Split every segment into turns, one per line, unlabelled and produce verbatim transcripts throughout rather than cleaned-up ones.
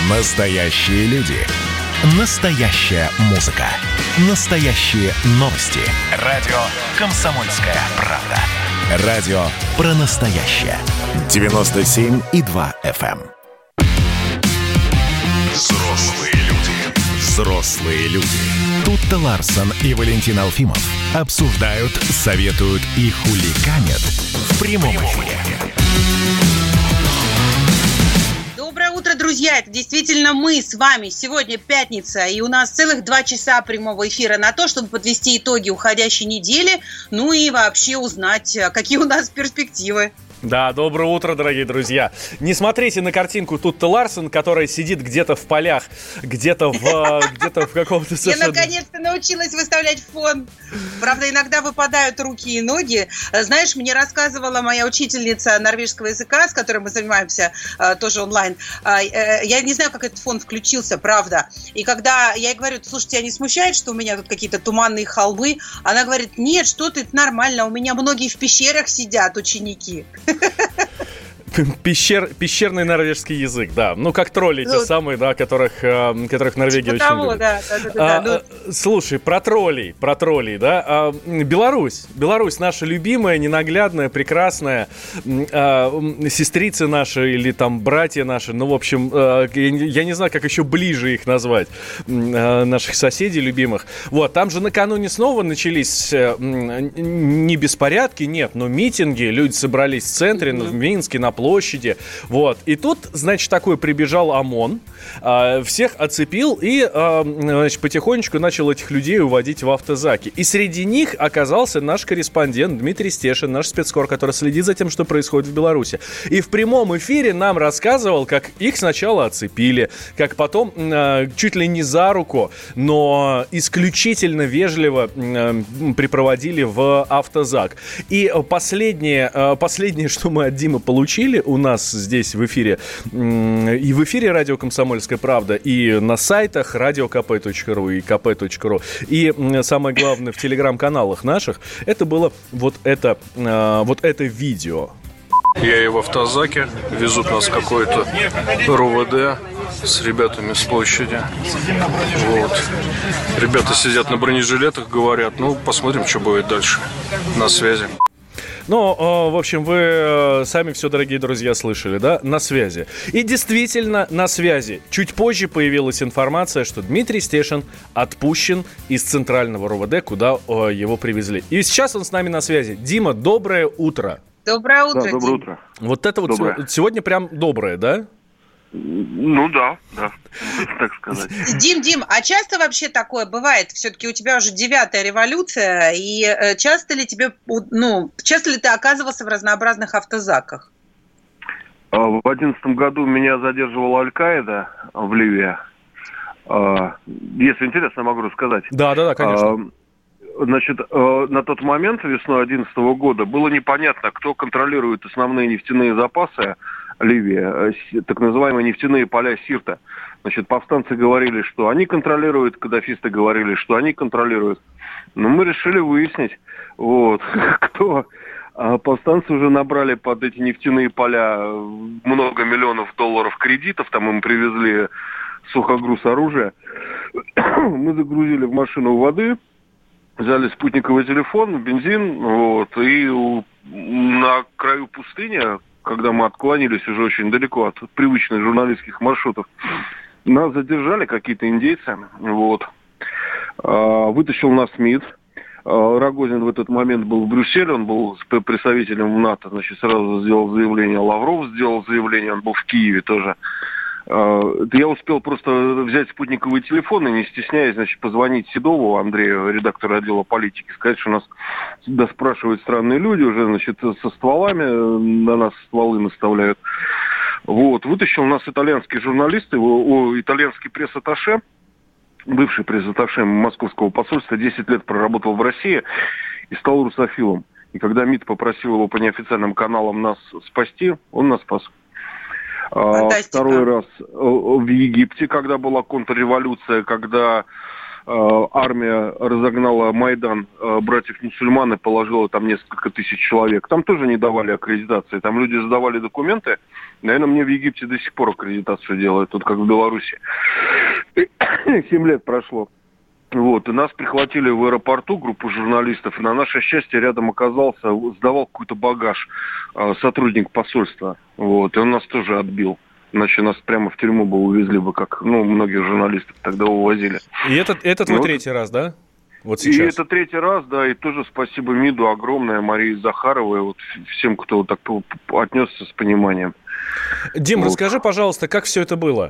Настоящие люди. Настоящая музыка. Настоящие новости. Радио «Комсомольская правда». Радио про настоящее. девяносто семь и два эф эм. Взрослые люди. Взрослые люди. Тутта Ларсон и Валентин Алфимов обсуждают, советуют и хулиганят в прямом эфире.
Доброе утро, друзья! Это действительно мы с вами. Сегодня пятница, и у нас целых два часа прямого эфира на то, чтобы подвести итоги уходящей недели, ну и вообще узнать, какие у нас перспективы.
Да, доброе утро, дорогие друзья. Не смотрите на картинку Тутта Ларсон, которая сидит где-то в полях, где-то в, где-то в каком-то совершенно...
Я наконец-то научилась выставлять фон. Правда, иногда выпадают руки и ноги. Знаешь, мне рассказывала моя учительница норвежского языка, с которой мы занимаемся тоже онлайн. Я не знаю, как этот фон включился, правда. И когда я ей говорю: слушай, тебя не смущает, что у меня тут какие-то туманные холмы? Она говорит: нет, что ты, это нормально, у меня многие в пещерах сидят ученики.
Пещер, пещерный норвежский язык, да. Ну, как тролли ну, те самые, да, которых, э, которых в Норвегии типа очень того, любят. Да, да, да, да, а, да. Ну... Слушай, про троллей, про троллей, да. А, Беларусь, Беларусь наша любимая, ненаглядная, прекрасная, а, сестрицы наши или там братья наши, ну, в общем, а, я не знаю, как еще ближе их назвать, а, наших соседей любимых. Вот, там же накануне снова начались а, не беспорядки, нет, но митинги, люди собрались в центре, mm-hmm. в Минске, на площади, вот, и тут, значит, такой прибежал ОМОН, э, всех оцепил и, э, значит, потихонечку начал этих людей уводить в автозаки, и среди них оказался наш корреспондент Дмитрий Стешин, наш спецкор, который следит за тем, что происходит в Беларуси, и в прямом эфире нам рассказывал, как их сначала оцепили, как потом э, чуть ли не за руку, но исключительно вежливо э, припроводили в автозак, и последнее, э, последнее, что мы от Димы получили у нас здесь в эфире, и в эфире радио «Комсомольская правда», и на сайтах радио ка пэ точка ру и ка пэ точка ру, и самое главное в телеграм-каналах наших, это было вот это, вот это видео.
Я и в автозаке, везут нас какой-то эр о вэ дэ с ребятами с площади. Вот. Ребята сидят на бронежилетах, говорят: ну, посмотрим, что будет дальше. На связи.
Ну, в общем, вы сами все, дорогие друзья, слышали, да? На связи. И действительно, на связи. Чуть позже появилась информация, что Дмитрий Стешин отпущен из центрального эр о вэ дэ, куда его привезли. И сейчас он с нами на связи. Дима, доброе утро.
Доброе утро,
да, доброе утро.
Вот это вот доброе. Сегодня прям доброе, да?
Ну да, да, так сказать.
Дим, Дим, а часто вообще такое бывает? Все-таки у тебя уже девятая революция, и часто ли тебе, ну, часто ли ты оказывался в разнообразных автозаках?
В одиннадцатом году меня задерживала Аль-Каида в Ливии. Если интересно, могу рассказать.
Да, да, да, конечно.
Значит, на тот момент, весной одиннадцатого года, было непонятно, кто контролирует основные нефтяные запасы Ливии, так называемые нефтяные поля Сирта. Значит, повстанцы говорили, что они контролируют, каддафисты говорили, что они контролируют. Но мы решили выяснить, вот, кто. А повстанцы уже набрали под эти нефтяные поля много миллионов долларов кредитов, там им привезли сухогруз оружия. Мы загрузили в машину воды, взяли спутниковый телефон, бензин, вот, и у, на краю пустыни, когда мы отклонились уже очень далеко от привычных журналистских маршрутов, нас задержали какие-то индейцы, вот. А, вытащил нас МИД. А, Рогозин в этот момент был в Брюсселе, он был представителем в НАТО, значит, сразу сделал заявление, Лавров сделал заявление, он был в Киеве тоже. Я успел просто взять спутниковый телефон и, не стесняясь, значит, позвонить Седову Андрею, редактору отдела политики, сказать, что нас доспрашивают странные люди, уже, значит, со стволами на нас стволы наставляют. Вот. Вытащил нас итальянский журналист, его, о, итальянский пресс-атташе, бывший пресс-атташе московского посольства, десять лет проработал в России и стал русофилом. И когда МИД попросил его по неофициальным каналам нас спасти, он нас спас. Фантастика. Второй раз в Египте, когда была контрреволюция, когда армия разогнала Майдан братьев-мусульман и положила там несколько тысяч человек. Там тоже не давали аккредитации. Там люди сдавали документы. Наверное, мне в Египте до сих пор аккредитацию делают, тут как в Беларуси. Семь лет прошло. Вот, и нас прихватили в аэропорту, группу журналистов, и на наше счастье рядом оказался, сдавал какой-то багаж э, сотрудник посольства, вот, и он нас тоже отбил. Иначе нас прямо в тюрьму бы увезли бы, как, ну, многих журналистов тогда увозили.
И этот, это твой вот. Третий раз, да? Вот сейчас.
И это третий раз, да, и тоже спасибо МИДу огромное, Марии Захаровой, вот всем, кто вот так отнесся с пониманием.
Дим, вот. Расскажи, пожалуйста, как все это было?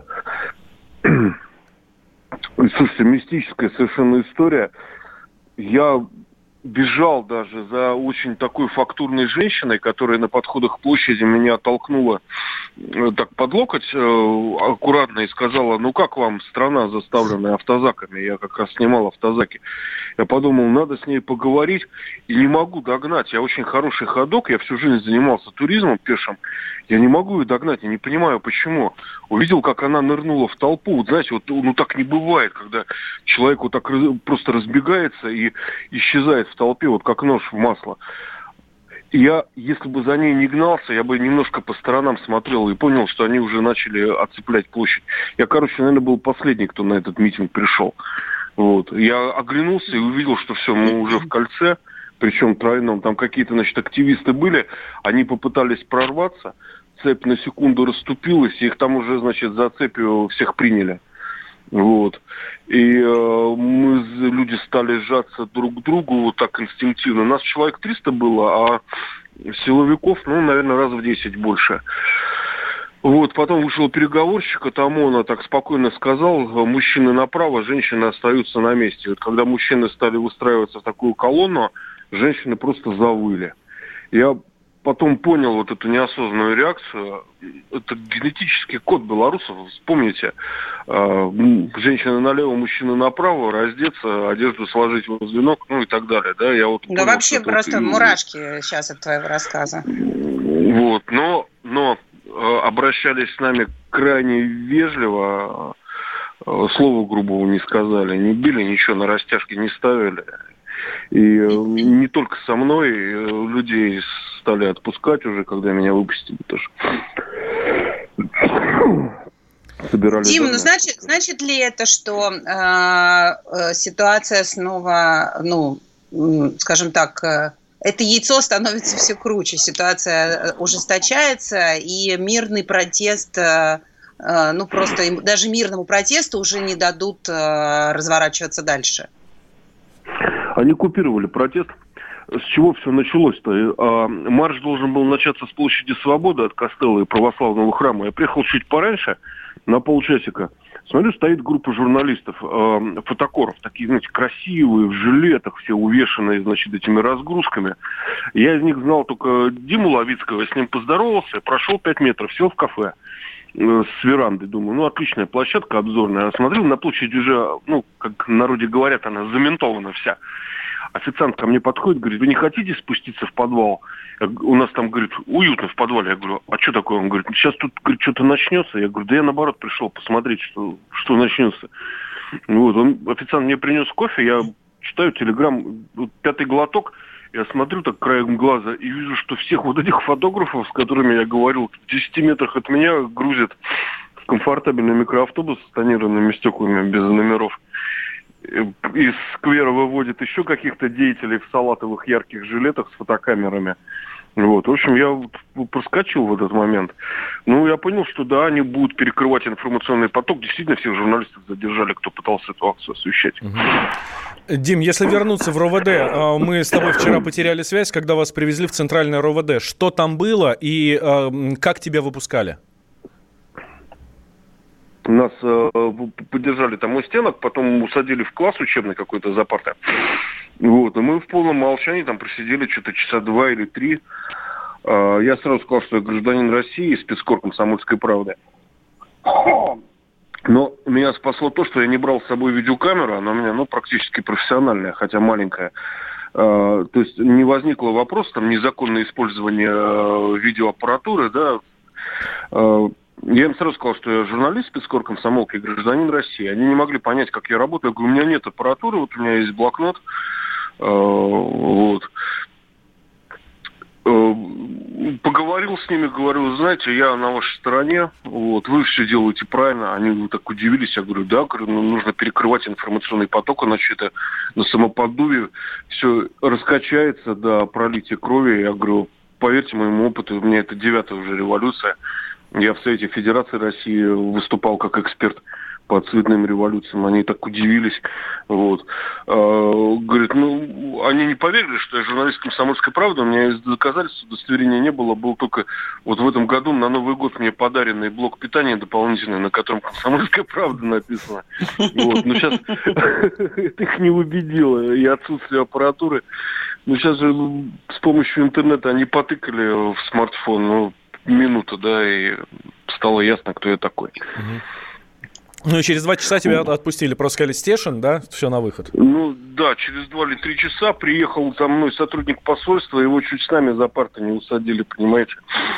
Слушайте, мистическая совершенно история. Я бежал даже за очень такой фактурной женщиной, которая на подходах к площади меня толкнула так под локоть э, аккуратно и сказала: ну как вам страна, заставленная автозаками? Я как раз снимал автозаки. Я подумал, надо с ней поговорить, и не могу догнать. Я очень хороший ходок, я всю жизнь занимался туризмом пешим. Я не могу ее догнать, я не понимаю, почему. Увидел, как она нырнула в толпу. Вот знаете, вот ну так не бывает, когда человек вот так раз, просто разбегается и исчезает в толпе, вот как нож в масло. И я, если бы за ней не гнался, я бы немножко по сторонам смотрел и понял, что они уже начали оцеплять площадь. Я, короче, наверное, был последний, кто на этот митинг пришел. Вот. Я оглянулся и увидел, что все, мы уже в кольце, причем тройном. Там какие-то, значит, активисты были, они попытались прорваться, цепь на секунду расступилась, и их там уже, значит, за цепью всех приняли. Вот. И э, мы, люди, стали сжаться друг к другу вот так инстинктивно. Нас человек триста было, а силовиков, ну, наверное, раз в десять больше. Вот, потом вышел переговорщик от ОМОНа, так спокойно сказал: мужчины направо, женщины остаются на месте. Вот когда мужчины стали выстраиваться в такую колонну, женщины просто завыли. Я потом понял вот эту неосознанную реакцию. Это генетический код белорусов. Вспомните, женщины налево, мужчины направо, раздеться, одежду сложить возле ног, ну и так далее. Да, я вот
да понял, вообще просто вот... мурашки сейчас от твоего рассказа.
Вот, но, но обращались с нами крайне вежливо, слова грубого не сказали, не били, ничего на растяжки не ставили. И не только со мной, людей стали отпускать уже, когда меня выпустили тоже.
Собирали Дим, ну значит, значит ли это, что э, ситуация снова, ну, скажем так, э, это яйцо становится все круче, ситуация ужесточается, и мирный протест, э, э, ну просто им, даже мирному протесту уже не дадут э, разворачиваться дальше?
Они купировали протест. С чего все началось-то? Марш должен был начаться с площади Свободы от Костелла и православного храма. Я приехал чуть пораньше, на полчасика. Смотрю, стоит группа журналистов, фотокоров, такие, знаете, красивые, в жилетах, все увешанные, значит, этими разгрузками. Я из них знал только Диму Ловицкого, я с ним поздоровался, прошел пять метров, сел в кафе с веранды, думаю, ну, отличная площадка обзорная. Смотрел, на площади уже, ну, как в народе говорят, она заментована вся. Официант ко мне подходит, говорит: вы не хотите спуститься в подвал? Я, у нас там, говорит, уютно в подвале. Я говорю: а что такое? Он говорит: сейчас тут, говорит, что-то начнется. Я говорю: да я, наоборот, пришел посмотреть, что, что начнется. Вот, он, официант мне принес кофе, я читаю телеграм, вот, пятый глоток, я смотрю так краем глаза и вижу, что всех вот этих фотографов, с которыми я говорил, в десяти метрах от меня грузят в комфортабельный микроавтобус с тонированными стеклами без номеров. Из сквера выводит еще каких-то деятелей в салатовых ярких жилетах с фотокамерами. Вот. В общем, я проскочил в этот момент. Ну, я понял, что да, они будут перекрывать информационный поток. Действительно, всех журналистов задержали, кто пытался эту акцию освещать.
Дим, если вернуться в РОВД, мы с тобой вчера потеряли связь, когда вас привезли в центральное РОВД. Что там было и как тебя выпускали?
Нас э, поддержали там у стенок, потом усадили в класс учебный какой-то за партой. Вот, и мы в полном молчании там просидели что-то часа два или три. Э, я сразу сказал, что я гражданин России, спецкор «Комсомольской правды». Но меня спасло то, что я не брал с собой видеокамеру, она у меня, ну, практически профессиональная, хотя маленькая. Э, то есть не возникло вопроса, там, незаконное использование э, видеоаппаратуры, да. Э, Я им сразу сказал, что я журналист спецкор комсомолки, гражданин России. Они не могли понять, как я работаю. Я говорю, у меня нет аппаратуры, вот у меня есть блокнот. Вот. Поговорил с ними, говорю, знаете, я на вашей стороне, вот, вы все делаете правильно. Они так удивились, я говорю, да, говорю, ну, нужно перекрывать информационный поток, иначе это на самоподдуве все раскачается до пролития крови. Я говорю, поверьте моему опыту, у меня это девятая уже революция. Я в Совете Федерации России выступал как эксперт по цветным революциям, они так удивились. Вот. А, говорит, ну, они не поверили, что я журналист «Комсомольской правды», у меня из доказательств удостоверения не было, был только вот в этом году на Новый год мне подаренный блок питания дополнительный, на котором «Комсомольская правда» написано. Вот. Но сейчас это их не убедило, и отсутствие аппаратуры. Но сейчас же с помощью интернета они потыкали в смартфон, ну, минута, да, и стало ясно, кто я такой.
Ну и через два часа тебя отпустили, просто сказали, Стешин, да, все на выход.
Ну да, через два или три часа приехал за мной сотрудник посольства, его чуть с нами за парты не усадили, понимаете.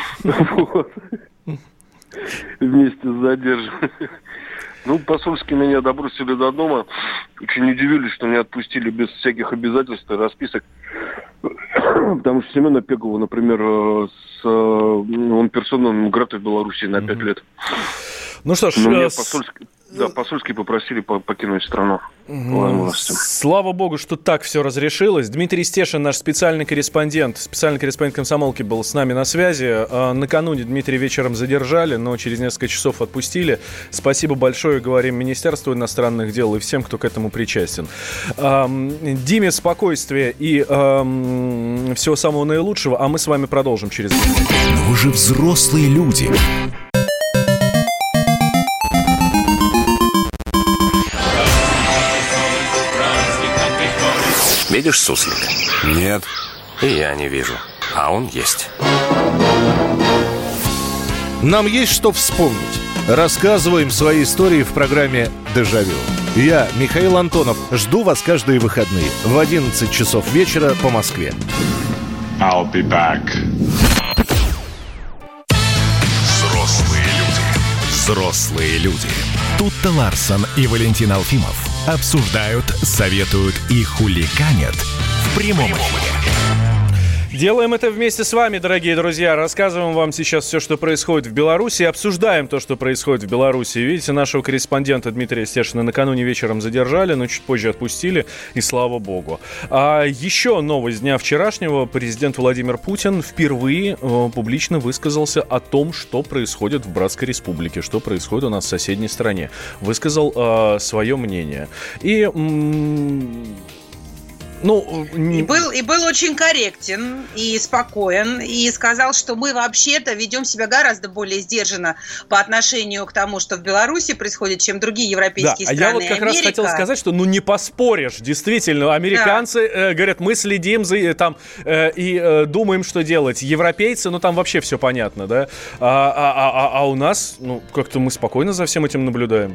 Вместе с задержанным. Ну, посольские меня добросили до дома, очень удивились, что меня отпустили без всяких обязательств и расписок. Потому что Семена Пегова, например, с, он персона нон-грата в Беларуси на пять лет.
Ну что ж,
меня с... посольские, да, посольские попросили покинуть страну.
Mm. Слава богу, что так все разрешилось. Дмитрий Стешин, наш специальный корреспондент, специальный корреспондент «Комсомолки» был с нами на связи. Накануне Дмитрия вечером задержали, но через несколько часов отпустили. Спасибо большое, говорим Министерству иностранных дел и всем, кто к этому причастен. Диме спокойствия и всего самого наилучшего, а мы с вами продолжим через минуту.
Но вы же взрослые люди.
Видишь суслика?
Нет.
И я не вижу. А он есть.
Нам есть что вспомнить. Рассказываем свои истории в программе «Дежавю». Я, Михаил Антонов, жду вас каждые выходные в одиннадцать часов вечера по Москве.
I'll be back.
Взрослые люди. Взрослые люди. Тут-то Ларсон и Валентин Алфимов обсуждают, советуют и хулиганят в прямом эфире.
Делаем это вместе с вами, дорогие друзья. Рассказываем вам сейчас все, что происходит в Беларуси. Обсуждаем то, что происходит в Беларуси. Видите, нашего корреспондента Дмитрия Стешина накануне вечером задержали, но чуть позже отпустили, и слава богу. А еще новость дня вчерашнего. Президент Владимир Путин впервые э, публично высказался о том, что происходит в Братской Республике, что происходит у нас в соседней стране. Высказал э, свое мнение. И... М- Ну, не...
и, был, и был очень корректен и спокоен, и сказал, что мы вообще-то ведем себя гораздо более сдержанно по отношению к тому, что в Беларуси происходит, чем другие европейские
да,
страны.
А я вот как
Америка...
раз хотел сказать, что ну не поспоришь, действительно, американцы да. э, говорят, мы следим за там э, и э, думаем, что делать. Европейцы, ну там вообще все понятно, да. А, а, а, а у нас, ну как-то мы спокойно за всем этим наблюдаем.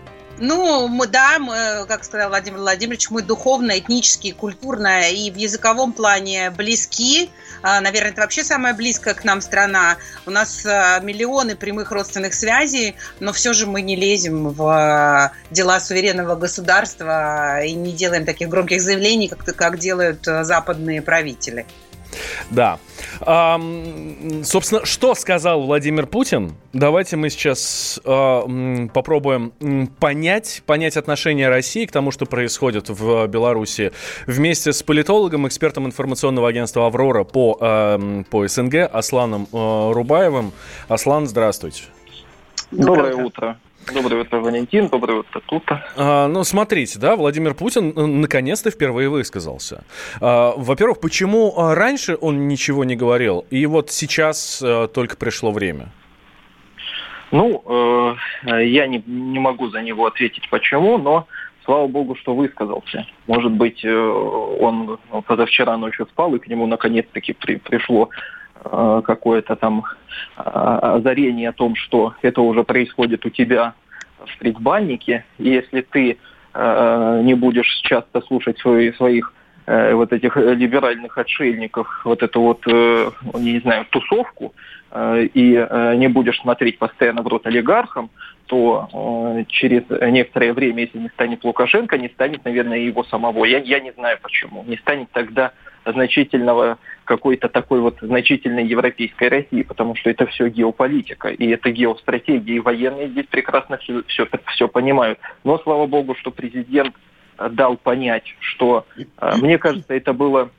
Ну, мы, да, мы, как сказал Владимир Владимирович, мы духовно, этнически, культурно и в языковом плане близки. Наверное, это вообще самая близкая к нам страна. У нас миллионы прямых родственных связей, но все же мы не лезем в дела суверенного государства и не делаем таких громких заявлений, как, как делают западные правители.
Да. А, собственно, что сказал Владимир Путин? Давайте мы сейчас а, попробуем понять, понять отношение России к тому, что происходит в Беларуси, вместе с политологом, экспертом информационного агентства «Аврора» по, а, по СНГ Асланом а, Рубаевым. Аслан, здравствуйте.
Доброе утро. Доброе утро, Валентин. Доброе утро, Тута.
А, ну, смотрите, да, Владимир Путин наконец-то впервые высказался. А, во-первых, почему раньше он ничего не говорил, и вот сейчас а, только пришло время?
Ну, э, я не, не могу за него ответить, почему, но слава богу, что высказался. Может быть, э, он позавчера ночью спал, и к нему наконец-таки при, пришло какое-то там озарение о том, что это уже происходит у тебя в предбаннике, и если ты э, не будешь часто слушать свои, своих э, вот этих либеральных отшельников, вот эту вот, э, не знаю, тусовку, э, и э, не будешь смотреть постоянно в рот олигархам, то э, через некоторое время, если не станет Лукашенко, не станет, наверное, его самого. Я, я не знаю почему. Не станет тогда значительного, какой-то такой вот значительной европейской России, потому что это все геополитика, и это геостратегия, и военные здесь прекрасно все, все, все понимают. Но, слава богу, что президент дал понять, что, э, мне кажется, это было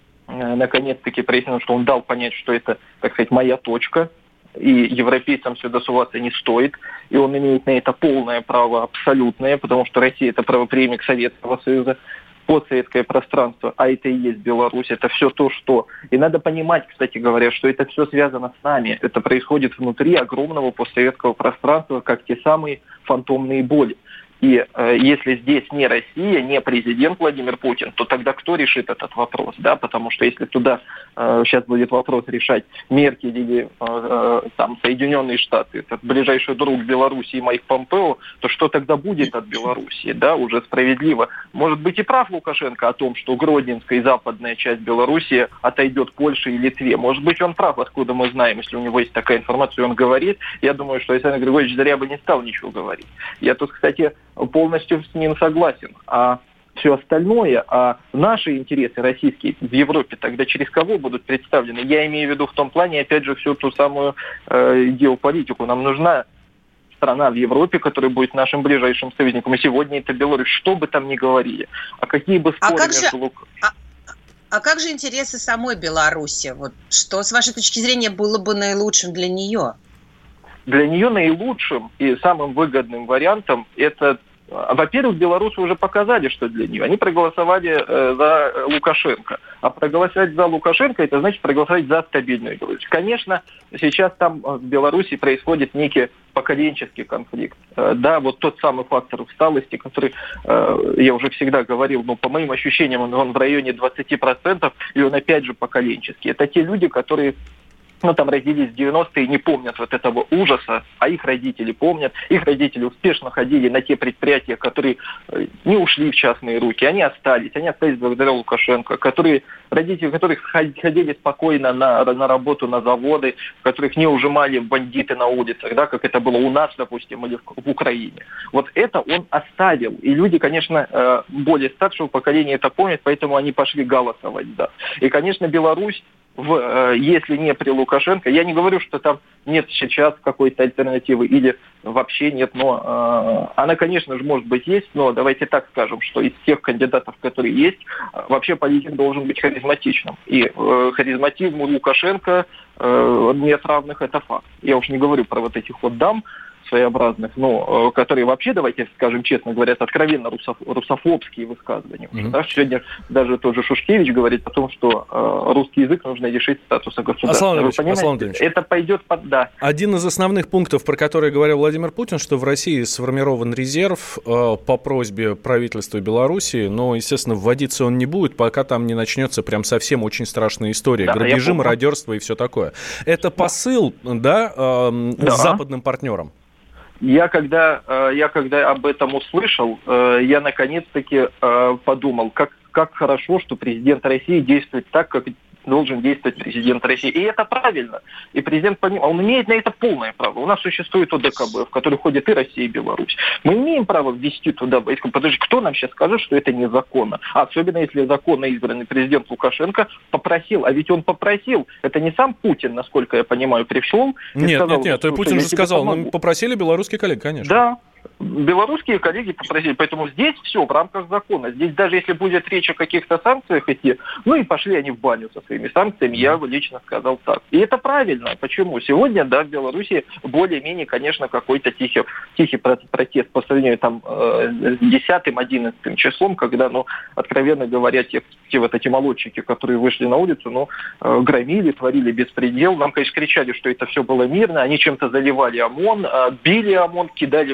э, наконец-таки прояснено, что он дал понять, что это, так сказать, моя точка, и европейцам сюда суваться не стоит, и он имеет на это полное право, абсолютное, потому что Россия – это правопреемник Советского Союза, постсоветское пространство, а это и есть Беларусь, это все то, что... И надо понимать, кстати говоря, что это все связано с нами, это происходит внутри огромного постсоветского пространства, как те самые фантомные боли. И э, если здесь не Россия, не президент Владимир Путин, то тогда кто решит этот вопрос, да? Потому что если туда э, сейчас будет вопрос решать Меркель или э, э, там Соединенные Штаты, это ближайший друг Беларуси и Майк Помпео, то что тогда будет от Беларуси, да? Уже справедливо. Может быть и прав Лукашенко о том, что Гродненская и западная часть Беларуси отойдет Польше и Литве. Может быть он прав, откуда мы знаем, если у него есть такая информация, он говорит. Я думаю, что Александр Григорьевич зря бы не стал ничего говорить. Я тут, кстати, полностью с ним согласен. А все остальное, а наши интересы российские в Европе тогда через кого будут представлены? Я имею в виду в том плане, опять же, всю ту самую э, геополитику. Нам нужна страна в Европе, которая будет нашим ближайшим союзником. И сегодня это Беларусь, что бы там ни говорили. А какие бы споры
а как
между...
же... а, а как же интересы самой Беларуси? Вот что, с вашей точки зрения, было бы наилучшим для нее?
Для нее наилучшим и самым выгодным вариантом это, во-первых, белорусы уже показали, что для нее. Они проголосовали э, за Лукашенко. А проголосовать за Лукашенко, это значит проголосовать за стабильную Беларусь. Конечно, сейчас там в Беларуси происходит некий поколенческий конфликт. Э, да, вот тот самый фактор усталости, который, э, я уже всегда говорил, но по моим ощущениям он, он в районе двадцать процентов, и он опять же поколенческий. Это те люди, которые... ну, там родились в девяностые и не помнят вот этого ужаса, а их родители помнят. Их родители успешно ходили на те предприятия, которые не ушли в частные руки, они остались, они остались благодаря Лукашенко, которые, родители которых ходили спокойно на, на работу, на заводы, которых не ужимали бандиты на улицах, да, как это было у нас, допустим, или в, в Украине. Вот это он оставил. И люди, конечно, более старшего поколения это помнят, поэтому они пошли голосовать, да. И, конечно, Беларусь, В, если не при Лукашенко, я не говорю, что там нет сейчас какой-то альтернативы или вообще нет, но э, она, конечно же, может быть есть, но давайте так скажем, что из тех кандидатов, которые есть, вообще политик должен быть харизматичным. И э, харизматизму Лукашенко э, нет равных, это факт. Я уж не говорю про вот этих вот дам своеобразных, но которые вообще, давайте скажем честно, говорят откровенно русоф, русофобские высказывания. Mm-hmm. Да? Сегодня даже тот же Шушкевич говорит о том, что э, русский язык нужно лишить статуса государства.
Аслан Ильич, Аслан Ильич,
это пойдет под... Да.
Один из основных пунктов, про который говорил Владимир Путин, что в России сформирован резерв э, по просьбе правительства Беларуси, но, естественно, вводиться он не будет, пока там не начнется прям совсем очень страшная история. Да, грабежи, мародерство и все такое. Это посыл, да, э, да. с западным партнером?
Я когда, я когда об этом услышал, я наконец-таки подумал, как, как хорошо, что президент России действует так, как должен действовать президент России. И это правильно. И президент, он имеет на это полное право. У нас существует ОДКБ, в который входит и Россия, и Беларусь. Мы имеем право ввести туда войска. Подожди, кто нам сейчас скажет, что это незаконно? Особенно если законно избранный президент Лукашенко попросил. А ведь он попросил. Это не сам Путин, насколько я понимаю, пришел.
Нет, сказал, нет, нет. То Путин же сказал, мы попросили белорусские коллеги, конечно.
Да. Белорусские коллеги попросили, поэтому здесь все в рамках закона. Здесь даже если будет речь о каких-то санкциях идти, ну и пошли они в баню со своими санкциями, я бы лично сказал так. И это правильно. Почему? Сегодня, да, в Беларуси более-менее, конечно, какой-то тихий, тихий протест по сравнению там с десятым-одиннадцатым числом, когда, ну, откровенно говоря, те, те вот эти молодчики, которые вышли на улицу, ну, громили, творили беспредел. Нам, конечно, кричали, что это все было мирно, они чем-то заливали ОМОН, били ОМОН, кидали в него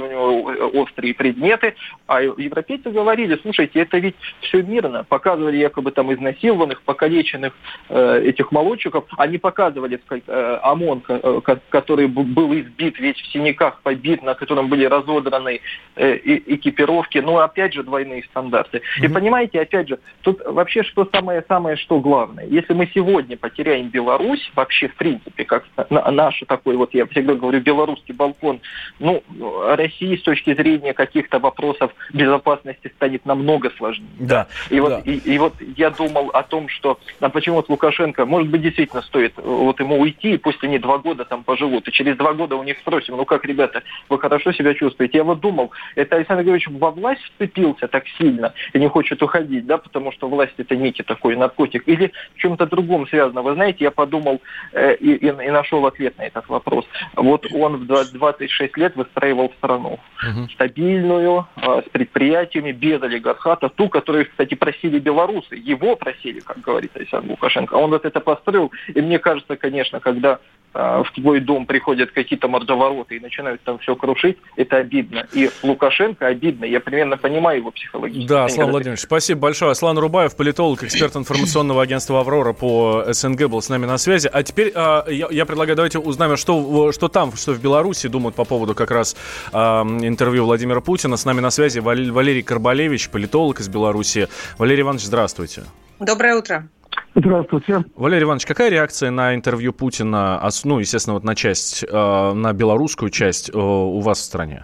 острые предметы. А европейцы говорили, слушайте, это ведь все мирно. Показывали якобы там изнасилованных, покалеченных э, этих молодчиков. Они показывали э, ОМОН, э, который был избит, весь в синяках побит, на котором были разодраны э, экипировки. Но опять же двойные стандарты. Mm-hmm. И понимаете, опять же, тут вообще что самое-самое, что главное. Если мы сегодня потеряем Беларусь, вообще в принципе, как наш такой, вот я всегда говорю, белорусский балкон, ну, России с точки зрения каких-то вопросов безопасности станет намного сложнее.
Да.
И вот,
да.
И, и вот я думал о том, что, а почему вот Лукашенко, может быть, действительно стоит вот ему уйти, и пусть они два года там поживут, и через два года у них спросим, ну как, ребята, вы хорошо себя чувствуете? Я вот думал, это Александр Григорьевич во власть вцепился так сильно и не хочет уходить, да, потому что власть это некий такой наркотик, или в чем-то другом связано. Вы знаете, я подумал э, и, и, и нашел ответ на этот вопрос. Вот он в двадцать шесть лет выстраивал страну uh-huh. стабильную, э, с предприятиями, без олигархата, ту, которую, кстати, просили белорусы, его просили, как говорит Александр Лукашенко, а он вот это построил, и мне кажется, конечно, когда э, в твой дом приходят какие-то мордовороты и начинают там все крушить, это обидно. И Лукашенко обидно, я примерно понимаю его психологически.
Да, Аслан Владимирович, спасибо большое. Аслан Рубаев, политолог, эксперт информационного агентства «Аврора» по СНГ, был с нами на связи. А теперь э, я, я предлагаю, давайте узнаем, что, что там, что в Беларуси думают по поводу как раз э, интервью Владимира Путина. С нами на связи Валерий Карбалевич, политолог из Беларуси. Валерий Иванович, здравствуйте.
Доброе утро.
Здравствуйте.
Валерий Иванович, какая реакция на интервью Путина, ну, естественно, вот на часть, э, на белорусскую часть э, у вас в стране?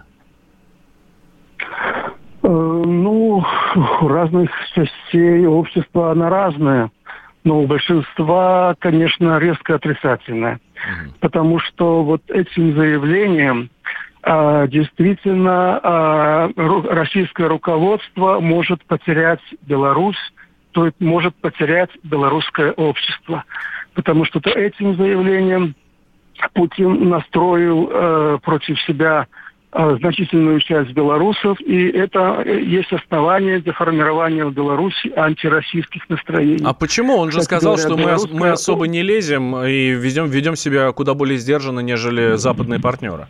Ну, у разных частей общества она разная, но у большинства, конечно, резко отрицательная. Mm-hmm. Потому что вот этим заявлением а, действительно а, ру- российское руководство может потерять Беларусь, то есть может потерять белорусское общество. Потому что этим заявлением Путин настроил э, против себя значительную часть белорусов, и это есть основание для формирования в Беларуси антироссийских настроений.
А почему? Он же
Кстати
сказал,
говоря,
что мы,
белорусская...
мы особо не лезем и ведем, ведем себя куда более сдержанно, нежели западные партнеры.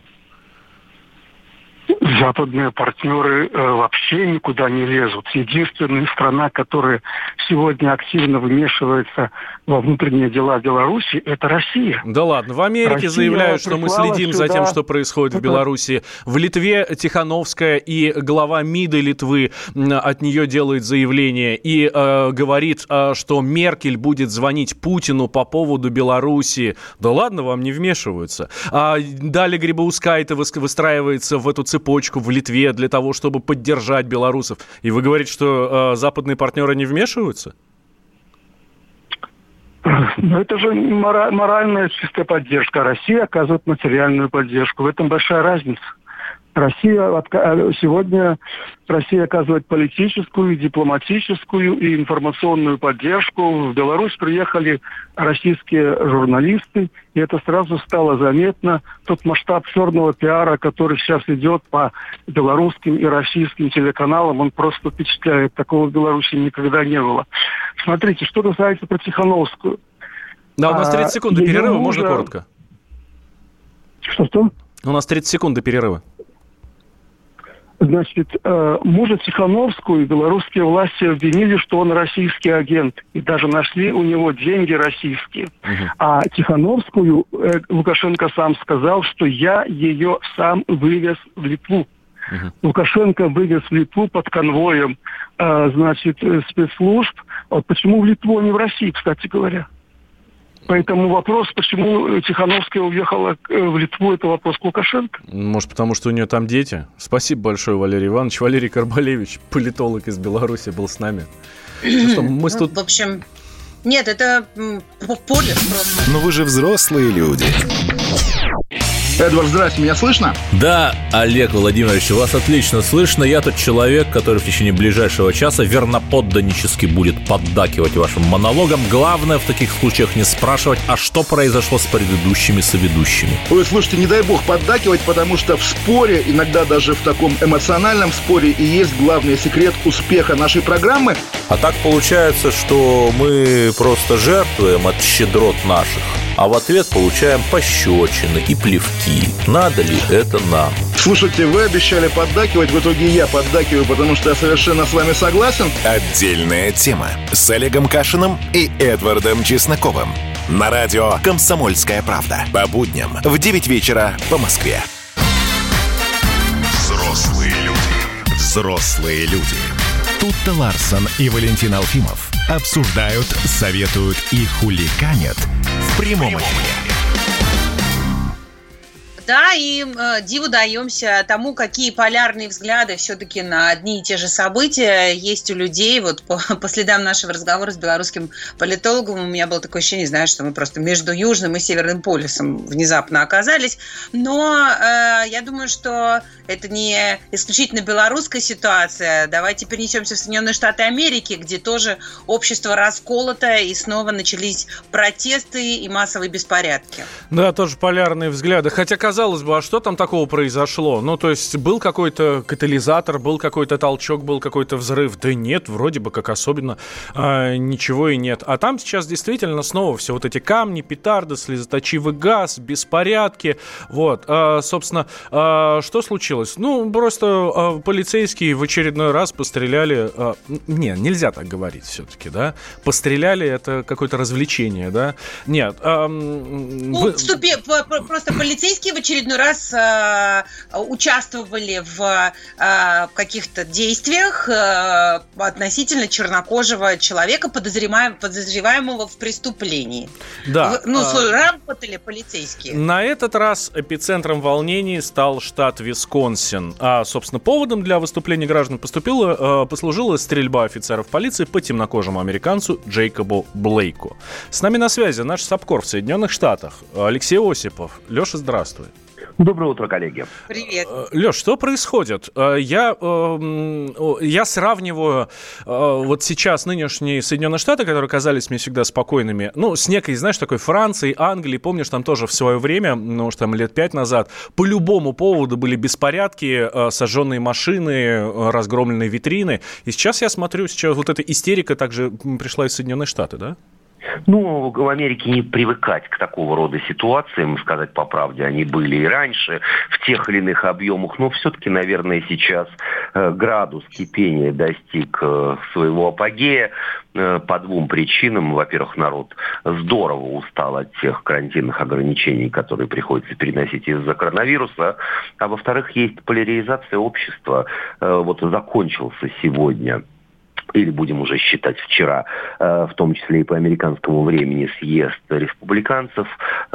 Западные партнеры э, вообще никуда не лезут. Единственная страна, которая сегодня активно вмешивается во внутренние дела Беларуси, это Россия.
Да ладно, в Америке Россия заявляют, что мы следим сюда за тем, что происходит это... в Беларуси. В Литве Тихановская и глава МИДа Литвы от нее делает заявление и э, говорит, э, что Меркель будет звонить Путину по поводу Беларуси. Да ладно, вам не вмешиваются. А Далее Грибаускайте выстраивается в эту цепочку в Литве для того, чтобы поддержать белорусов. И вы говорите, что э, западные партнеры не вмешиваются?
Но это же мора- моральная чистая поддержка. Россия оказывает материальную поддержку. В этом большая разница. Россия сегодня Россия оказывает политическую, дипломатическую и информационную поддержку. В Беларусь приехали российские журналисты, и это сразу стало заметно. Тот масштаб черного пиара, который сейчас идет по белорусским и российским телеканалам, он просто впечатляет. Такого в Беларуси никогда не было. Смотрите, что касается про Тихановскую.
Да, у нас тридцать секунд до перерыва, мужа... можно коротко?
Что-что?
У нас тридцать секунд до перерыва.
Значит, мужа Тихановскую белорусские власти обвинили, что он российский агент. И даже нашли у него деньги российские. Uh-huh. А Тихановскую Лукашенко сам сказал, что я ее сам вывез в Литву. Uh-huh. Лукашенко вывез в Литву под конвоем, значит, спецслужб. Вот почему в Литву, а не в России, кстати говоря? Поэтому вопрос, почему Тихановская уехала в Литву, это вопрос к Лукашенко.
Может, потому что у нее там дети? Спасибо большое, Валерий Иванович. Валерий Карбалевич, политолог из Беларуси, был с нами. Ну, что, мы
ну,
тут...
В общем, нет, это поле просто.
Но вы же взрослые люди.
Эдвард, здрасте, меня слышно?
Да, Олег Владимирович, вас отлично слышно. Я тот человек, который в течение ближайшего часа верноподданнически будет поддакивать вашим монологам. Главное в таких случаях не спрашивать, а что произошло с предыдущими соведущими.
Ой, слушайте, не дай бог поддакивать, потому что в споре, иногда даже в таком эмоциональном споре, и есть главный секрет успеха нашей программы.
А так получается, что мы просто жертвуем от щедрот наших. а в ответ получаем пощечины и плевки. Надо ли это нам?
Слушайте, вы обещали поддакивать, в итоге я поддакиваю, потому что я совершенно с вами согласен.
Отдельная тема с Олегом Кашиным и Эдвардом Чесноковым. На радио «Комсомольская правда». По будням в девять вечера по Москве. Взрослые люди. Взрослые люди. Тутта Ларсон и Валентин Алфимов обсуждают, советуют и хулиганят в прямом эфире.
Да, и э, диву даемся тому, какие полярные взгляды все-таки на одни и те же события есть у людей. Вот по, по следам нашего разговора с белорусским политологом у меня было такое ощущение, знаешь, что мы просто между Южным и Северным полюсом внезапно оказались. Но э, я думаю, что это не исключительно белорусская ситуация. Давайте перенесемся в Соединенные Штаты Америки, где тоже общество расколото, и снова начались протесты и массовые беспорядки.
Да, тоже полярные взгляды. Хотя, казалось бы, а что там такого произошло? Ну, то есть был какой-то катализатор, был какой-то толчок, был какой-то взрыв. Да нет, вроде бы как особенно а, ничего и нет. А там сейчас действительно снова все вот эти камни, петарды, слезоточивый газ, беспорядки. Вот, а, собственно, а, что случилось? Ну, просто а, полицейские в очередной раз постреляли... А, не, нельзя так говорить все-таки, да? Постреляли — это какое-то развлечение, да? Нет. А,
ну,
вы...
вступи, просто полицейские в очередной раз а, участвовали в а, каких-то действиях а, относительно чернокожего человека, подозреваемого, подозреваемого в преступлении.
Да.
Ну,
а...
работали полицейские.
На этот раз эпицентром волнений стал штат Висконсин. А, собственно, поводом для выступления граждан поступила, послужила стрельба офицеров полиции по темнокожему американцу Джейкобу Блейку. С нами на связи наш САПКОР в Соединенных Штатах Алексей Осипов. Леша, здравствуй.
Доброе утро, коллеги.
Привет.
Леш, что происходит? Я, я сравниваю вот сейчас нынешние Соединенные Штаты, которые казались мне всегда спокойными, ну, с некой, знаешь, такой Францией, Англией. Помнишь, там тоже в свое время, ну, уж там лет пять назад, по любому поводу были беспорядки, сожженные машины, разгромленные витрины. И сейчас я смотрю, сейчас вот эта истерика также пришла из Соединенных Штатов, да?
Ну, в Америке не привыкать к такого рода ситуациям, сказать по правде, они были и раньше в тех или иных объемах, но все-таки, наверное, сейчас э, градус кипения достиг э, своего апогея э, по двум причинам. Во-первых, народ здорово устал от тех карантинных ограничений, которые приходится переносить из-за коронавируса, а во-вторых, есть поляризация общества. Э, вот закончился сегодня, или будем уже считать вчера, в том числе и по американскому времени, съезд республиканцев.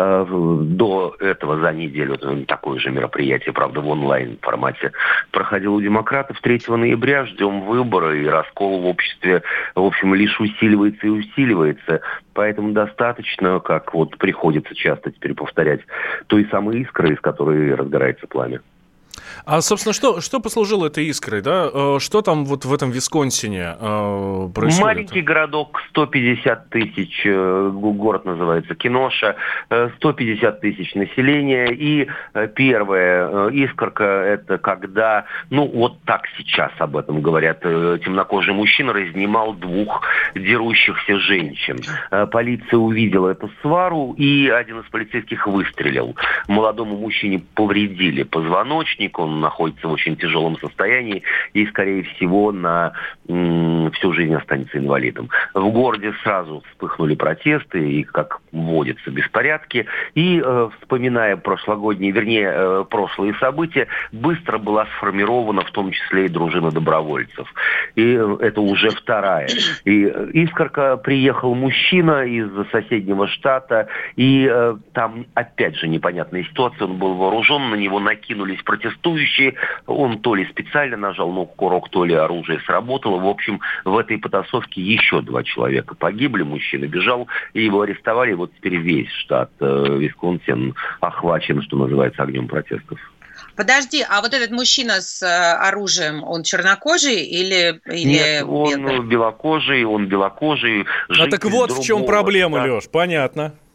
До этого за неделю такое же мероприятие, правда, в онлайн-формате проходило у демократов. третьего ноября ждем выбора, и раскол в обществе, в общем, лишь усиливается и усиливается. Поэтому достаточно, как вот приходится часто теперь повторять, той самой искры, из которой разгорается пламя.
А, собственно, что, что послужило этой искрой, да? Что там вот в этом Висконсине э, происходит?
Маленький городок, сто пятьдесят тысяч, город называется Кеноша, сто пятьдесят тысяч населения. И первая искорка — это когда, ну вот так сейчас об этом говорят, темнокожий мужчина разнимал двух дерущихся женщин. Полиция увидела эту свару, и один из полицейских выстрелил. Молодому мужчине повредили позвоночник, он находится в очень тяжелом состоянии и, скорее всего, на м, всю жизнь останется инвалидом. В городе сразу вспыхнули протесты и, как водится, беспорядки. И, э, вспоминая прошлогодние, вернее, э, прошлые события, быстро была сформирована в том числе и дружина добровольцев. И э, это уже вторая. И э, искорка, приехал мужчина из соседнего штата, и э, там, опять же, непонятная ситуация, он был вооружен, на него накинулись протестующие. Он то ли специально нажал на курок, то ли оружие сработало. В общем, в этой потасовке еще два человека погибли. Мужчина бежал, и его арестовали. Вот теперь весь штат э, Висконсин охвачен, что называется, огнем протестов.
Подожди, а вот этот мужчина с оружием, он чернокожий или, или
Нет, он белый? белокожий, он белокожий.
А так вот в чем проблема, да. Леш, понятно.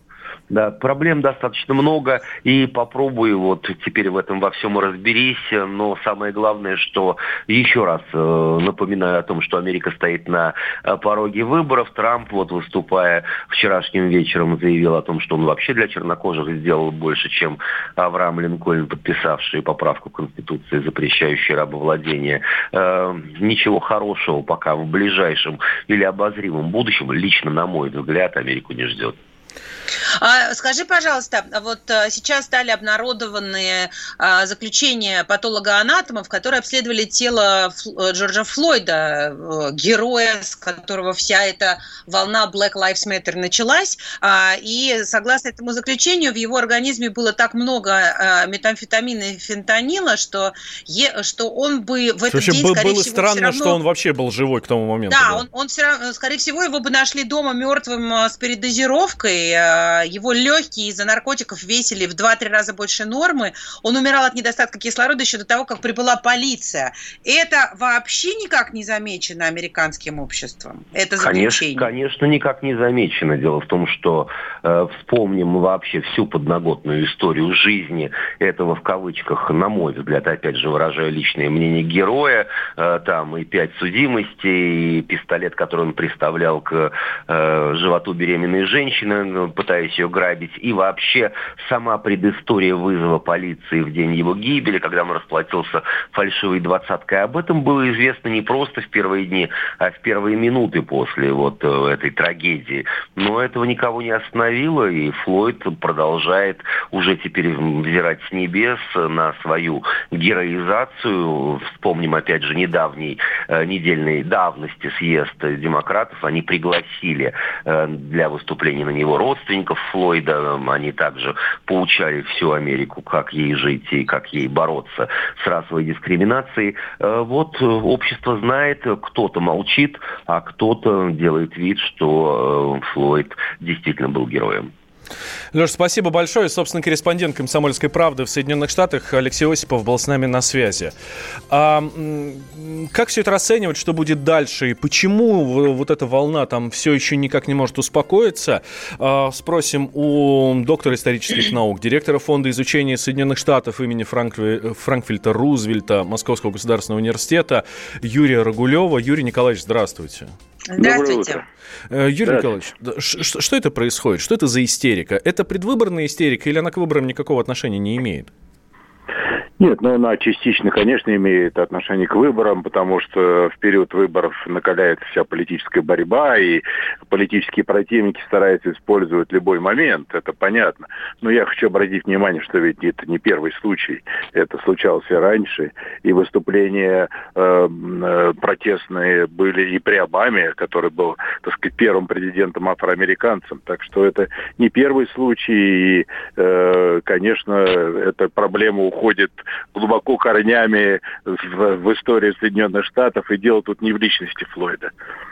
Да, проблем достаточно много, и попробуй вот теперь в этом во всем разберись, но самое главное, что еще раз э, напоминаю о том, что Америка стоит на э, пороге выборов. Трамп, вот выступая вчерашним вечером, заявил о том, что он вообще для чернокожих сделал больше, чем Авраам Линкольн, подписавший поправку Конституции, запрещающую рабовладение. Э, ничего хорошего пока в ближайшем или обозримом будущем, лично на мой взгляд, Америку не ждет.
А, скажи, пожалуйста, вот сейчас стали обнародованы а, заключения патологоанатомов, которые обследовали тело Фл- Джорджа Флойда, героя, с которого вся эта волна Black Lives Matter началась. А, и согласно этому заключению, в его организме было так много а, метамфетамина и фентанила, что, е, что он бы в этот
Слушай,
день,
было
скорее всего,
странно,
все равно...
что он вообще был живой к тому моменту.
Да,
да.
он, он все равно, скорее всего, его бы нашли дома мертвым с передозировкой. Его легкие из-за наркотиков весили в два-три раза больше нормы. Он умирал от недостатка кислорода еще до того, как прибыла полиция. Это вообще никак не замечено американским обществом? Это заключение?
Конечно, конечно, никак не замечено. Дело в том, что э, вспомним вообще всю подноготную историю жизни этого, в кавычках, на мой взгляд, опять же, выражаю личное мнение, героя. Э, там и пять судимостей, и пистолет, который он приставлял к э, животу беременной женщины, пытаясь ее грабить, и вообще сама предыстория вызова полиции в день его гибели, когда он расплатился фальшивой двадцаткой. Об этом было известно не просто в первые дни, а в первые минуты после вот этой трагедии. Но этого никого не остановило, и Флойд продолжает уже теперь взирать с небес на свою героизацию. Вспомним, опять же, недавний, недельной давности съезд демократов. Они пригласили для выступления на него родственников Флойда. Они также поучали всю Америку, как ей жить и как ей бороться с расовой дискриминацией. Вот общество знает, кто-то молчит, а кто-то делает вид, что Флойд действительно был героем.
Леш, спасибо большое. Собственно, корреспондент «Комсомольской правды» в Соединенных Штатах Алексей Осипов был с нами на связи. А, как все это расценивать, что будет дальше? И почему вот эта волна там все еще никак не может успокоиться? А, спросим у доктора исторических наук, директора Фонда изучения Соединенных Штатов имени Франкли... Франкфельта Рузвельта Московского государственного университета Юрия Рогулева. Юрий Николаевич, здравствуйте.
Здравствуйте.
Юрий Николаевич, что, что это происходит? Что это за истерика? Это предвыборная истерика или она к выборам никакого отношения не имеет?
Нет, ну она частично, конечно, имеет отношение к выборам, потому что в период выборов накаляется вся политическая борьба, и политические противники стараются использовать любой момент, это понятно. Но я хочу обратить внимание, что ведь это не первый случай, это случалось и раньше, и выступления э, э, протестные были и при Обаме, который был, так сказать, первым президентом-афроамериканцем, так что это не первый случай, и, э, конечно, эта проблема уходит глубоко корнями в, в истории Соединенных Штатов, и дело тут не в личности Флойда.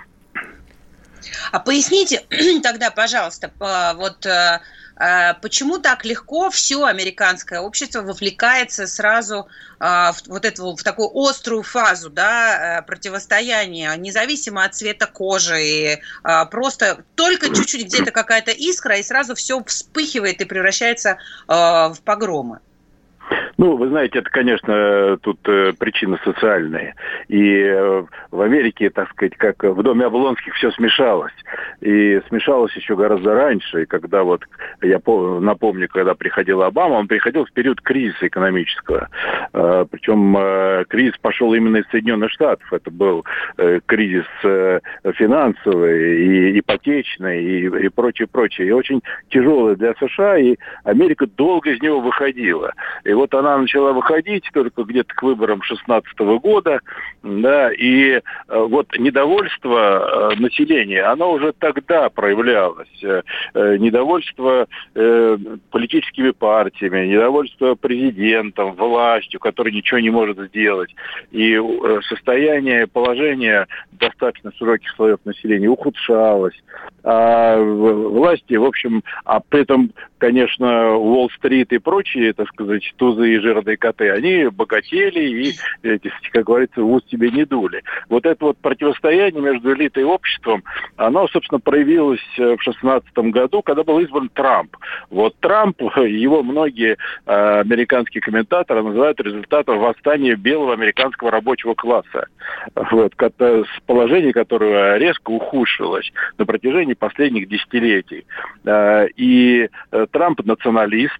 А поясните тогда, пожалуйста, вот почему так легко все американское общество вовлекается сразу в вот эту в такую острую фазу, да, противостояния, независимо от цвета кожи, и просто только чуть-чуть где-то какая-то искра, и сразу все вспыхивает и превращается в погромы?
Ну, вы знаете, это, конечно, тут э, причины социальные. И э, в Америке, так сказать, как в доме Облонских все смешалось. И смешалось еще гораздо раньше. И когда вот, я по- напомню, когда приходил Обама, он приходил в период кризиса экономического. Э, причем э, кризис пошел именно из Соединенных Штатов. Это был э, кризис э, финансовый, и ипотечный, и, и прочее, прочее. И очень тяжелый для США, и Америка долго из него выходила. И вот она начала выходить только где-то к выборам шестнадцатого года, да, и э, вот недовольство э, населения, оно уже тогда проявлялось. Э, э, недовольство э, политическими партиями, недовольство президентом, властью, который ничего не может сделать. И э, состояние, положение достаточно широких слоев населения ухудшалось. А власти, в общем, а при этом, конечно, Уолл-стрит и прочие, так сказать, тузы и жирные коты, они богатели и, эти, как говорится, в ус себе не дули. Вот это вот противостояние между элитой и обществом, оно, собственно, проявилось в шестнадцатом году, когда был избран Трамп. Вот Трамп, его многие э, американские комментаторы называют результатом восстания белого американского рабочего класса, вот, с положения которого резко ухудшилось на протяжении последних десятилетий. Э, и э, Трамп националист,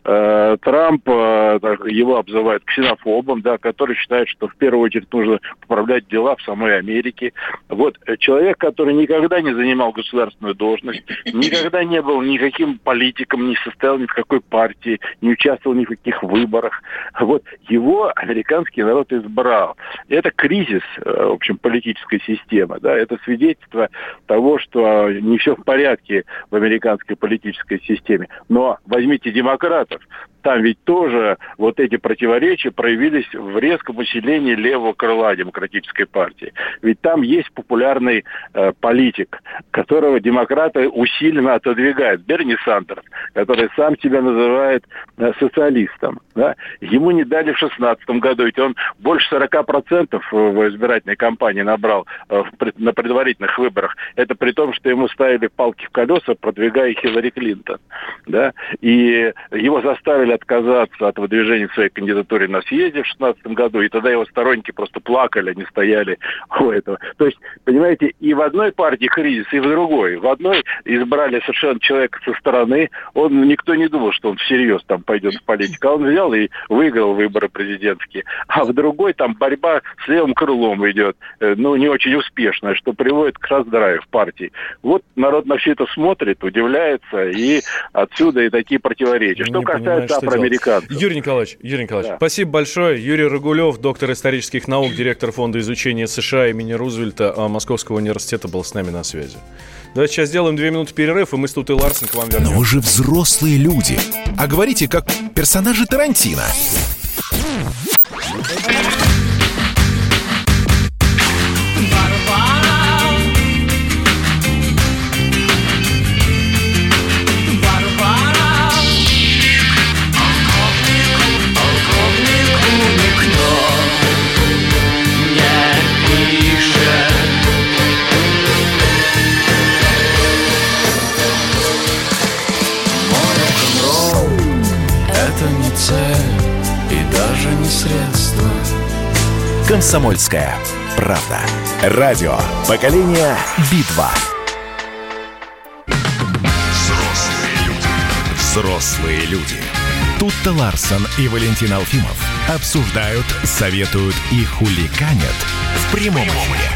э, Трамп, э, его обзывают ксенофобом, да, который считает, что в первую очередь нужно поправлять дела в самой Америке. Вот человек, который никогда не занимал государственную должность, никогда не был никаким политиком, не состоял ни в какой партии, не участвовал ни в каких выборах. Вот его американский народ избрал. Это кризис, в общем, политической системы. Да? Это свидетельство того, что не все в порядке в американской политической системе. Но возьмите демократов. Там ведь тоже вот эти противоречия проявились в резком усилении левого крыла демократической партии. Ведь там есть популярный э, политик, которого демократы усиленно отодвигают. Берни Сандерс, который сам себя называет э, социалистом. Да? Ему не дали в шестнадцатом году, ведь он больше сорока процентов в избирательной кампании набрал э, в, на предварительных выборах. Это при том, что ему ставили палки в колеса, продвигая Хиллари Клинтон. Да? И его заставили отказаться от выдвижения своей кандидатуры на съезде в шестнадцатом году, и тогда его сторонники просто плакали, они стояли у этого. То есть, понимаете, и в одной партии кризис, и в другой. В одной избрали совершенно человека со стороны, он, никто не думал, что он всерьез там пойдет в политику, а он взял и выиграл выборы президентские. А в другой там борьба с левым крылом идет, ну, не очень успешная, что приводит к раздраю в партии. Вот народ на все это смотрит, удивляется, и отсюда и такие противоречия. Что касается афроамериканцев.
Юрий Николаевич, Юрий Николаевич, да. Спасибо большое. Юрий Рагулев, доктор исторических наук, директор фонда изучения США имени Рузвельта Московского университета, был с нами на связи. Давайте сейчас сделаем две минуты перерыв, и мы с Тутой Ларсен к вам вернемся.
Но вы же взрослые люди. А говорите, как персонажи Тарантино. Средства. Комсомольская правда. Радио. Поколение Би-два. Взрослые люди. Взрослые люди. Тутта Ларсон и Валентин Алфимов обсуждают, советуют и хулиганят в прямом эфире.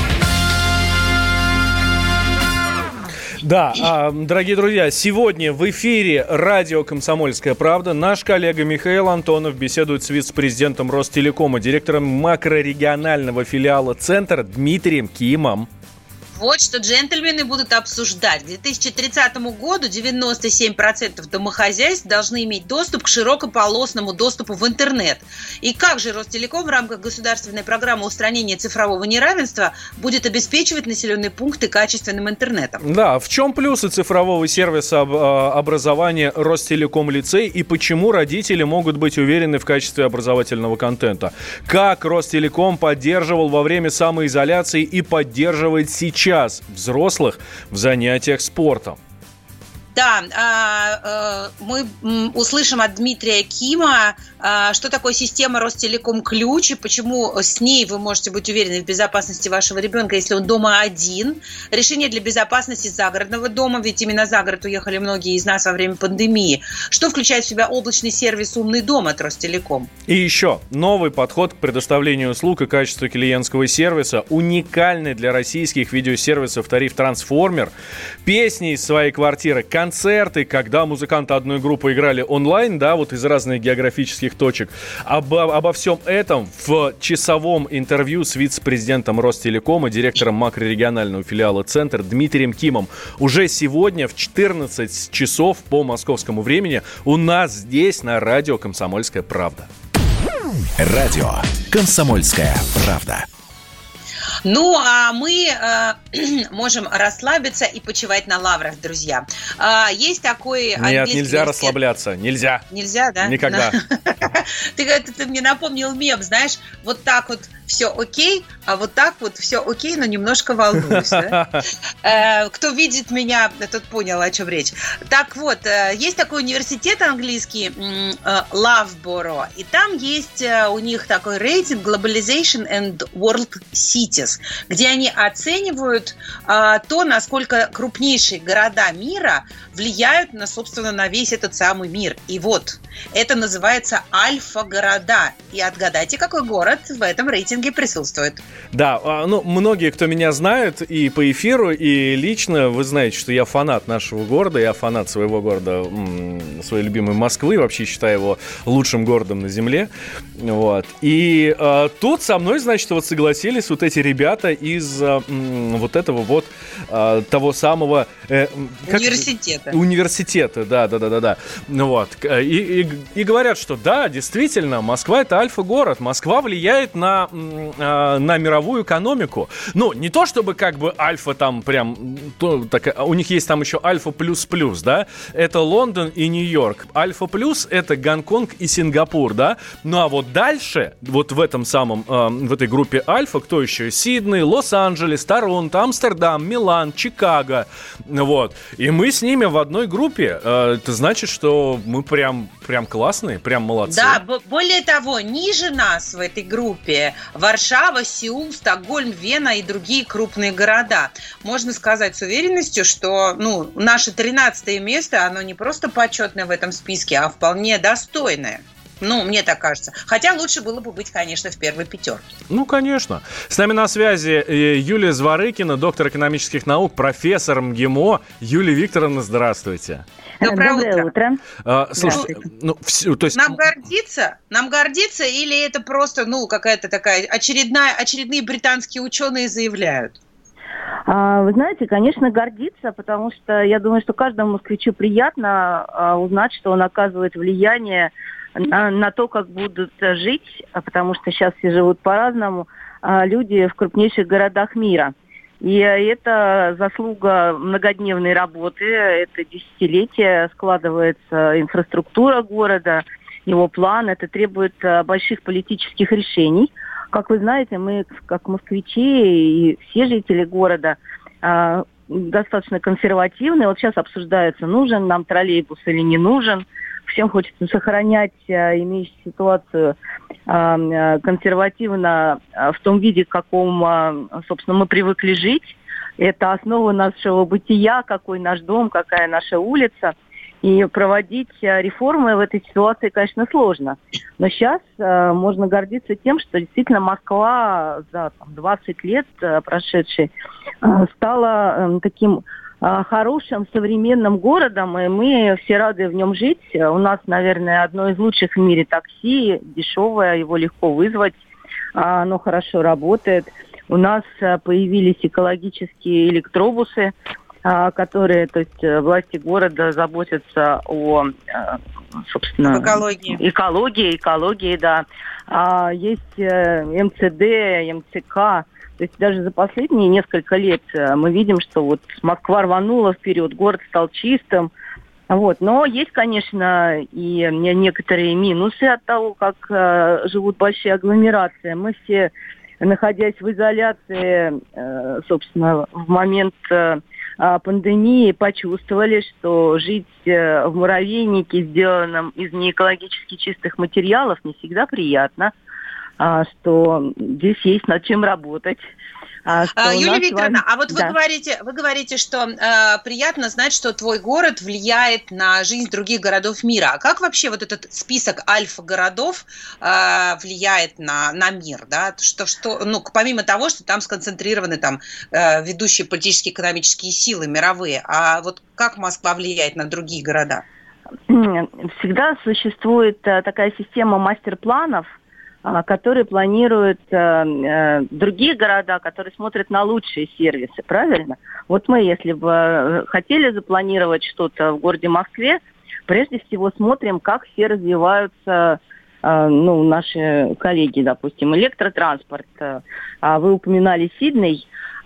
Да, дорогие друзья, сегодня в эфире радио «Комсомольская правда» наш коллега Михаил Антонов беседует с вице-президентом Ростелекома, директором макрорегионального филиала «Центр» Дмитрием Кимом.
Вот что джентльмены будут обсуждать. К две тысячи тридцатому году девяносто семь процентов домохозяйств должны иметь доступ к широкополосному доступу в интернет. И как же Ростелеком в рамках государственной программы устранения цифрового неравенства будет обеспечивать населенные пункты качественным интернетом?
Да, в чем плюсы цифрового сервиса образования Ростелеком лицей и почему родители могут быть уверены в качестве образовательного контента? Как Ростелеком поддерживал во время самоизоляции и поддерживает сейчас взрослых в занятиях спортом?
Да, э, э, мы услышим от Дмитрия Кима, э, что такое система Ростелеком Ключ и почему с ней вы можете быть уверены в безопасности вашего ребенка, если он дома один. Решение для безопасности загородного дома, ведь именно за город уехали многие из нас во время пандемии. Что включает в себя облачный сервис «Умный дом» от Ростелеком?
И еще новый подход к предоставлению услуг и качеству клиентского сервиса, уникальный для российских видеосервисов тариф «Трансформер», песни из своей квартиры, концерты, когда музыканты одной группы играли онлайн, да, вот из разных географических точек. Обо, обо всем этом в часовом интервью с вице-президентом Ростелекома, директором макрорегионального филиала «Центр» Дмитрием Кимом. Уже сегодня в четырнадцать часов по московскому времени у нас здесь на радио «Комсомольская правда».
Радио «Комсомольская правда».
Ну, а мы... Э... можем расслабиться и почивать на лаврах, друзья. Есть такой...
Нет, нельзя расслабляться, нельзя.
Нельзя, да?
Никогда.
Ты, ты, ты мне напомнил мем, знаешь, вот так вот все окей, а вот так вот все окей, но немножко волнуюсь. Да? Кто видит меня, тот понял, о чем речь. Так вот, есть такой университет английский, Loughborough, и там есть у них такой рейтинг Globalization and World Cities, где они оценивают то, насколько крупнейшие города мира влияют, на, собственно, на весь этот самый мир. И вот, это называется альфа-города. И отгадайте, какой город в этом рейтинге присутствует.
Да, ну, многие, кто меня знают и по эфиру, и лично, вы знаете, что я фанат нашего города, я фанат своего города, своей любимой Москвы, вообще считаю его лучшим городом на земле. Вот. И а, тут со мной, значит, вот согласились вот эти ребята из а, м, вот этого вот а, того самого... Э, как...
Университета.
Университета, да-да-да-да. Вот. И, и, и говорят, что да, действительно, Москва — это альфа-город. Москва влияет на, на мировую экономику. Ну, не то чтобы как бы альфа там прям... То, так, у них есть там еще альфа плюс-плюс, да? Это Лондон и Нью-Йорк. Альфа плюс — это Гонконг и Сингапур, да? Ну, а вот дальше, вот в этом самом, э, в этой группе альфа, кто еще? Сидней, Лос-Анджелес, Торонто, Амстердам, Милан, Чикаго. Вот. И мы с ними в одной группе. Э, это значит, что мы прям, прям классные, прям молодцы.
Да, б- более того, ниже нас в этой группе Варшава, Сеул, Стокгольм, Вена и другие крупные города. Можно сказать с уверенностью, что ну, наше тринадцатое место, оно не просто почетное в этом списке, а вполне достойное. Ну, мне так кажется. Хотя лучше было бы быть, конечно, в первой пятерке.
Ну, конечно. С нами на связи Юлия Зворыкина, доктор экономических наук, профессор МГИМО. Юлия Викторовна, здравствуйте.
Доброе,
Доброе утро.
А, слушай, ну, все, то есть...
Нам гордиться? Нам гордиться или это просто, ну, какая-то такая очередная, очередные британские ученые заявляют?
Вы знаете, конечно, гордиться, потому что я думаю, что каждому москвичу приятно узнать, что он оказывает влияние на, на то, как будут жить, потому что сейчас все живут по-разному, люди в крупнейших городах мира. И это заслуга многодневной работы, это десятилетия, складывается инфраструктура города, его план, это требует больших политических решений. Как вы знаете, мы, как москвичи и все жители города, достаточно консервативны. Вот сейчас обсуждается, нужен нам троллейбус или не нужен. Всем хочется сохранять имеющуюся ситуацию консервативно в том виде, в каком, собственно, мы привыкли жить. Это основа нашего бытия, какой наш дом, какая наша улица. И проводить реформы в этой ситуации, конечно, сложно. Но сейчас э, можно гордиться тем, что действительно Москва за там, двадцать лет э, прошедшие э, стала э, таким э, хорошим, современным городом, и мы все рады в нем жить. У нас, наверное, одно из лучших в мире такси, дешевое, его легко вызвать, э, оно хорошо работает. У нас э, появились экологические электробусы, которые, то есть власти города заботятся о, собственно,
экологии.
Экологии, экологии, да. Есть эм цэ дэ, эм цэ ка. То есть даже за последние несколько лет мы видим, что вот Москва рванула вперед, город стал чистым. Вот. Но есть, конечно, и некоторые минусы от того, как живут большие агломерации. Мы все, находясь в изоляции, собственно, в момент пандемии, почувствовали, что жить в муравейнике, сделанном из неэкологически чистых материалов, не всегда приятно, что здесь есть над чем работать.
А, Юлия Викторовна, вами... а вот да. вы говорите, вы говорите, что э, приятно знать, что твой город влияет на жизнь других городов мира. А как вообще вот этот список альфа-городов э, влияет на, на мир? Да? Что, что, ну, помимо того, что там сконцентрированы там, э, ведущие политические, экономические силы мировые, а вот как Москва влияет на другие города?
Всегда существует э, такая система мастер-планов, которые планируют э, э, другие города, которые смотрят на лучшие сервисы, правильно? Вот мы, если бы хотели запланировать что-то в городе Москве, прежде всего смотрим, как все развиваются ну, наши коллеги, допустим, электротранспорт. Вы упоминали Сидней.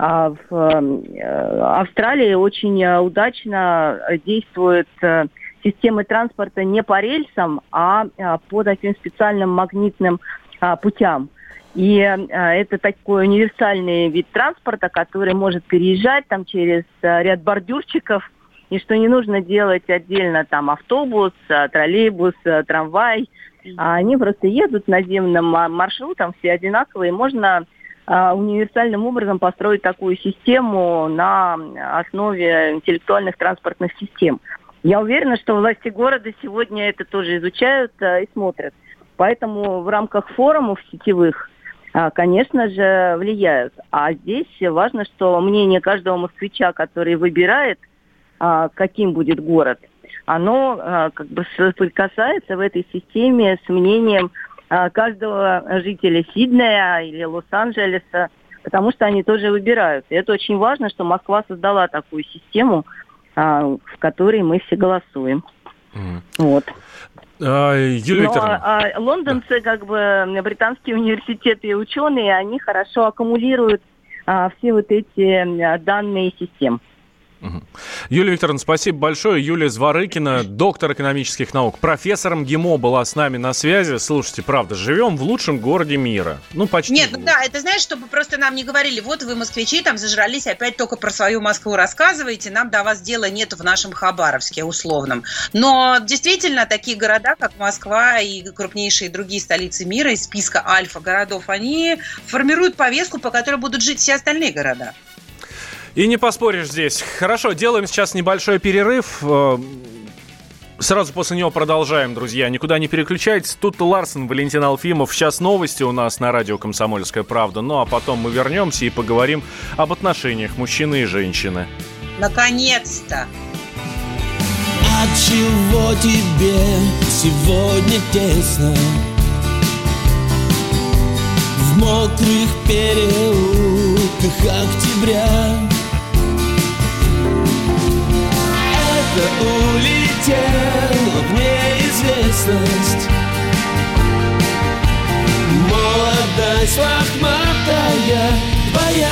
В Австралии очень удачно действуют системы транспорта не по рельсам, а по таким специальным магнитным путям. И это такой универсальный вид транспорта, который может переезжать там через ряд бордюрчиков, и что не нужно делать отдельно там автобус, троллейбус, трамвай. Они просто едут наземным маршрутом, все одинаковые. Можно универсальным образом построить такую систему на основе интеллектуальных транспортных систем. Я уверена, что власти города сегодня это тоже изучают и смотрят. Поэтому в рамках форумов сетевых, конечно же, влияют. А здесь важно, что мнение каждого москвича, который выбирает, каким будет город, оно как бы соприкасается в этой системе с мнением каждого жителя Сиднея или Лос-Анджелеса, потому что они тоже выбирают. И это очень важно, что Москва создала такую систему, в которой мы все голосуем. Mm. Вот.
А, Юлия Викторовна.
А, лондонцы, да. как бы британские университеты и ученые, они хорошо аккумулируют а, все вот эти а, данные систем.
Угу. Юлия Викторовна, спасибо большое. Юлия Зворыкина, доктор экономических наук, профессор МГИМО была с нами на связи. Слушайте, правда, живем в лучшем городе мира. Ну, почти.
Нет, ну да, это знаешь, чтобы просто нам не говорили, вот вы, москвичи, там зажрались, опять только про свою Москву рассказываете, нам до вас дела нет в нашем Хабаровске условном. Но действительно, такие города, как Москва и крупнейшие другие столицы мира из списка альфа-городов, они формируют повестку, по которой будут жить все остальные города.
И не поспоришь здесь. Хорошо, делаем сейчас небольшой перерыв. Сразу после него продолжаем, друзья. Никуда не переключайтесь. Тут Ларсон, Валентин Алфимов. Сейчас новости у нас на радио «Комсомольская правда». Ну, а потом мы вернемся и поговорим об отношениях мужчины и женщины.
Наконец-то!
Отчего тебе сегодня тесно? В мокрых переулках октября это улетело в неизвестность. Молодость лохматая твоя.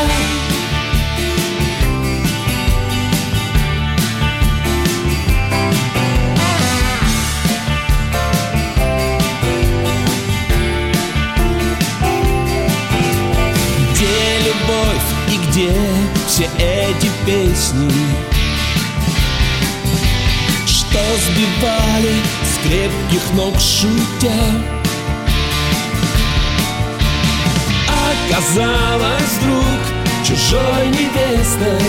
Где любовь и где все эти песни, что сбивали с крепких ног шутя? Оказалась вдруг чужой невестой.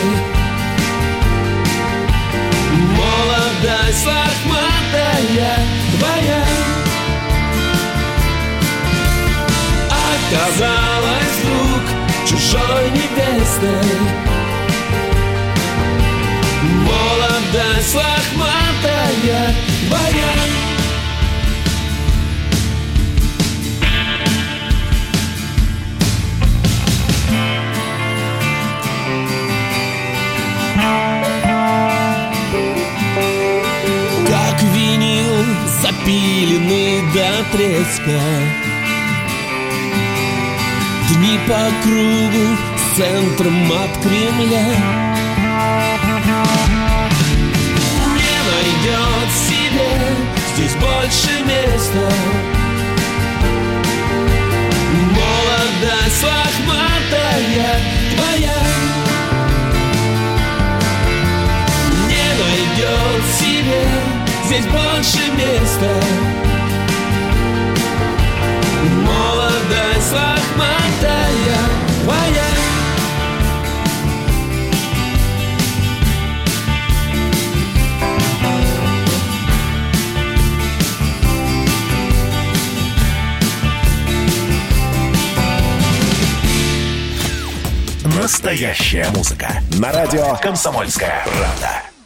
Молодость лохматая твоя. Оказалась вдруг чужой невестой. Молодость лохматая твоя. Как винил запиленный до треска, дни по кругу с центром от Кремля. Не найдет себе здесь больше места. Молодость лохматая твоя. Не найдет себе здесь больше места. Молодость лохматая твоя.
Настоящая музыка на радио «Комсомольская правда».